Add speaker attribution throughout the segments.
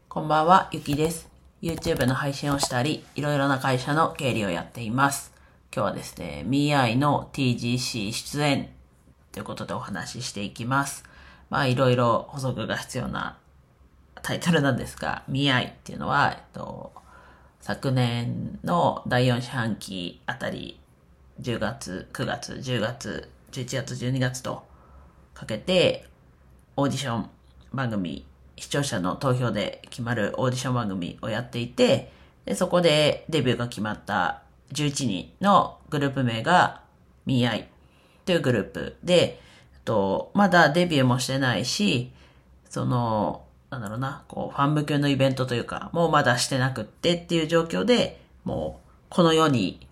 Speaker 1: こんばんは、ゆきです。YouTube の配信をしたり、いろいろな会社の経理をやっています。今日はですね、MIAI の TGC 出演ということでお話ししていきます。いろいろ補足が必要なタイトルなんですが、MIAI っていうのは、昨年の第4四半期あたり、10月、9月、10月、11月、12月とかけて、オーディション番組、視聴者の投票で決まるオーディション番組をやっていて、でそこでデビューが決まった11人のグループ名が MIAI というグループで、まだデビューもしてないし、ファン向けのイベントというか、もうまだしてなくってっていう状況で、もうこの世に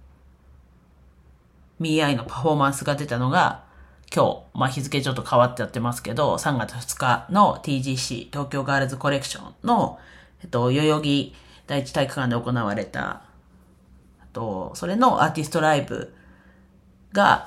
Speaker 1: MIAI のパフォーマンスが出たのが、今日、日付ちょっと変わってやってますけど、3月2日の TGC、東京ガールズコレクションの、代々木第一体育館で行われた、それのアーティストライブが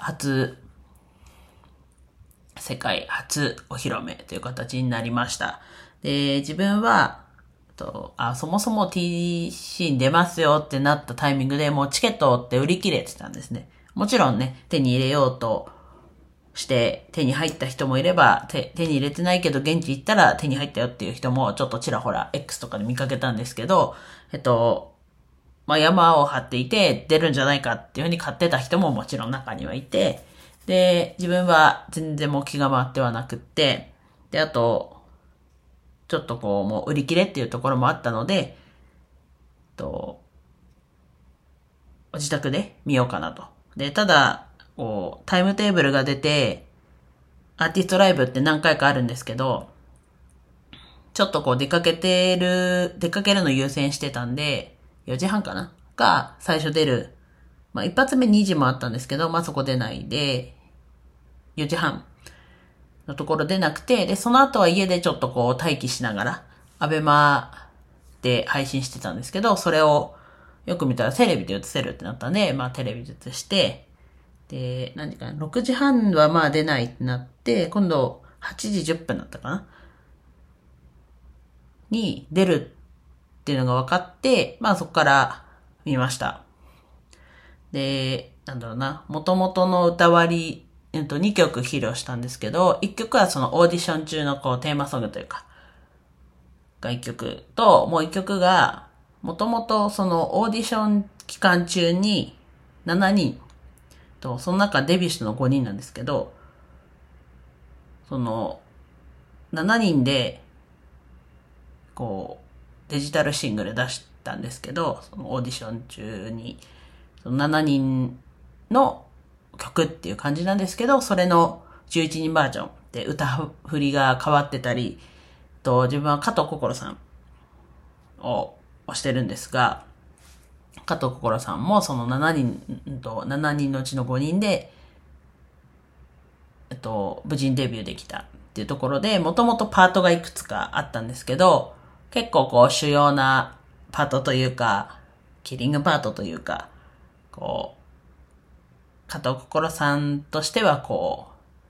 Speaker 1: 世界初お披露目という形になりました。で、自分は、そもそも TGC に出ますよってなったタイミングでもうチケットって売り切れてたんですね。もちろんね、手に入れようとして手に入った人もいれば、手に入れてないけど現地行ったら手に入ったよっていう人もちょっとちらほら X とかで見かけたんですけど、山を張っていて出るんじゃないかっていうふうに買ってた人ももちろん中にはいて、で、自分は全然もう気が回ってはなくって、で、あと、ちょっともう売り切れっていうところもあったので、自宅で見ようかなと。で、ただ、タイムテーブルが出て、アーティストライブって何回かあるんですけど、ちょっと出かけるの優先してたんで、4時半かなが最初出る。一発目2時もあったんですけど、そこ出ないで、4時半のところ出なくて、で、その後は家でちょっと待機しながら、アベマで配信してたんですけど、それをよく見たらテレビで映せるってなったんで、テレビで映して、で、何時かな ?6 時半は出ないってなって、今度8時10分だったかなに出るっていうのが分かって、そこから見ました。で、元々の歌割り、2曲披露したんですけど、1曲はそのオーディション中のテーマソングというか、が1曲と、もう1曲が、元々そのオーディション期間中に7人、その中デビューしたの5人なんですけど、その7人でデジタルシングル出したんですけど、そのオーディション中にその7人の曲っていう感じなんですけど、それの11人バージョンで歌振りが変わってたり、自分は加藤心さんを推してるんですが、加藤心さんもその7人のうちの5人で、無事にデビューできたっていうところで、もともとパートがいくつかあったんですけど、結構主要なパートというか、キリングパートというか、加藤心さんとしてはこ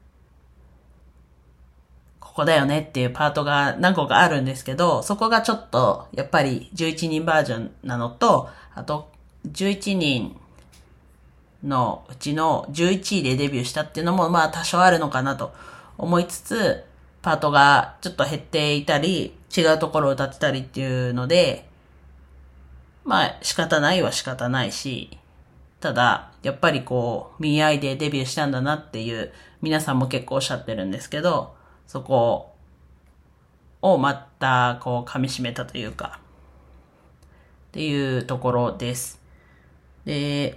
Speaker 1: こだよねっていうパートが何個かあるんですけど、そこがちょっと、やっぱり11人バージョンなのと、あと、11人のうちの11位でデビューしたっていうのも多少あるのかなと思いつつ、パートがちょっと減っていたり、違うところを歌ってたりっていうので、仕方ないは仕方ないし、ただ、やっぱりMIAIでデビューしたんだなっていう、皆さんも結構おっしゃってるんですけど、そこをまた噛み締めたというか、っていうところです。で、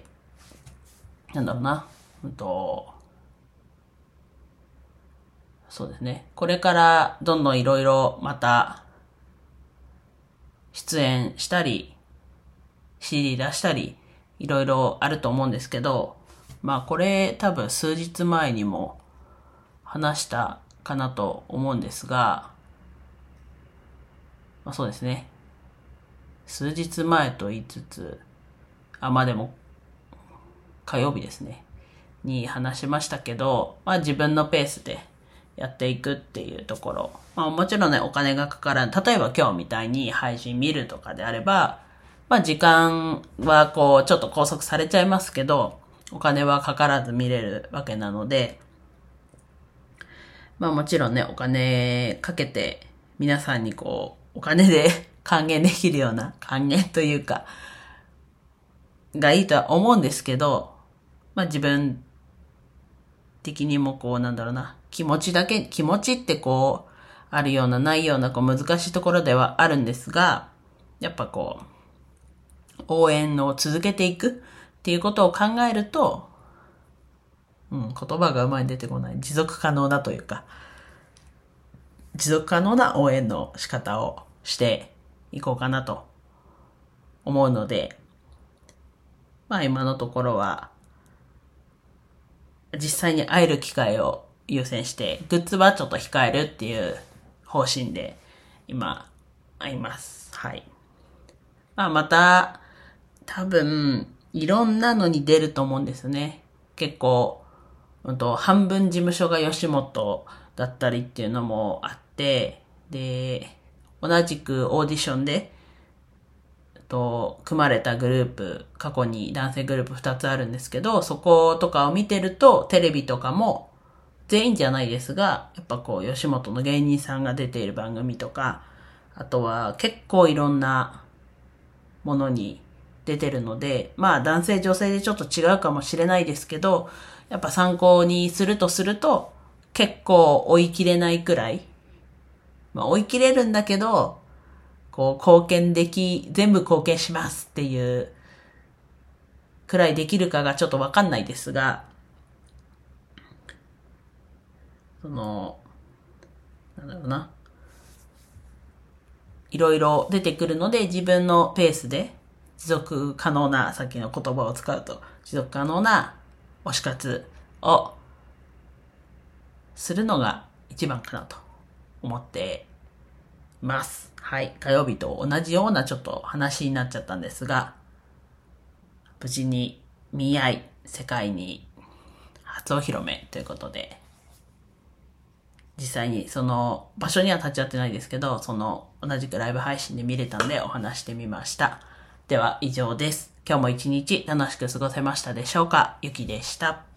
Speaker 1: そうですね。これからどんどんいろいろまた出演したり、CD 出したり、いろいろあると思うんですけど、これ多分数日前にも話したかなと思うんですが、そうですね。数日前と言いつつ、でも火曜日ですね。に話しましたけど、自分のペースでやっていくっていうところ。まあもちろんね、お金がかからない。例えば今日みたいに配信見るとかであれば、まあ時間はこうちょっと拘束されちゃいますけど、お金はかからず見れるわけなので、まあもちろんね、お金かけて皆さんにこう、お金で還元できるような、還元というか、がいいとは思うんですけど、まあ自分的にもこうなんだろうな、気持ちってこう、あるようなないようなこう難しいところではあるんですが、やっぱこう、応援を続けていくっていうことを考えると、言葉がうまいに出てこない。持続可能なというか、持続可能な応援の仕方をしていこうかなと思うので、まあ今のところは、実際に会える機会を優先して、グッズはちょっと控えるっていう方針で、今、会います。はい。まあまた、多分、いろんなのに出ると思うんですね。結構、半分事務所が吉本だったりっていうのもあって、で、同じくオーディションで、組まれたグループ、過去に男性グループ2つあるんですけど、そことかを見てると、テレビとかも、全員じゃないですが、やっぱこう、吉本の芸人さんが出ている番組とか、あとは結構いろんなものに出てるので、まあ男性女性でちょっと違うかもしれないですけど、やっぱ参考にすると結構追い切れないくらい、まあ追い切れるんだけど、こう全部貢献しますっていうくらいできるかがちょっとわかんないですが、なんだろうな。いろいろ出てくるので自分のペースで持続可能な、さっきの言葉を使うと、持続可能な推し活をするのが一番かなと思っています。はい。火曜日と同じようなちょっと話になっちゃったんですが、無事に見合い世界に初お披露目ということで、実際にその場所には立ち会ってないですけど、その同じくライブ配信で見れたんでお話してみました。では以上です。今日も一日楽しく過ごせましたでしょうか？ゆきでした。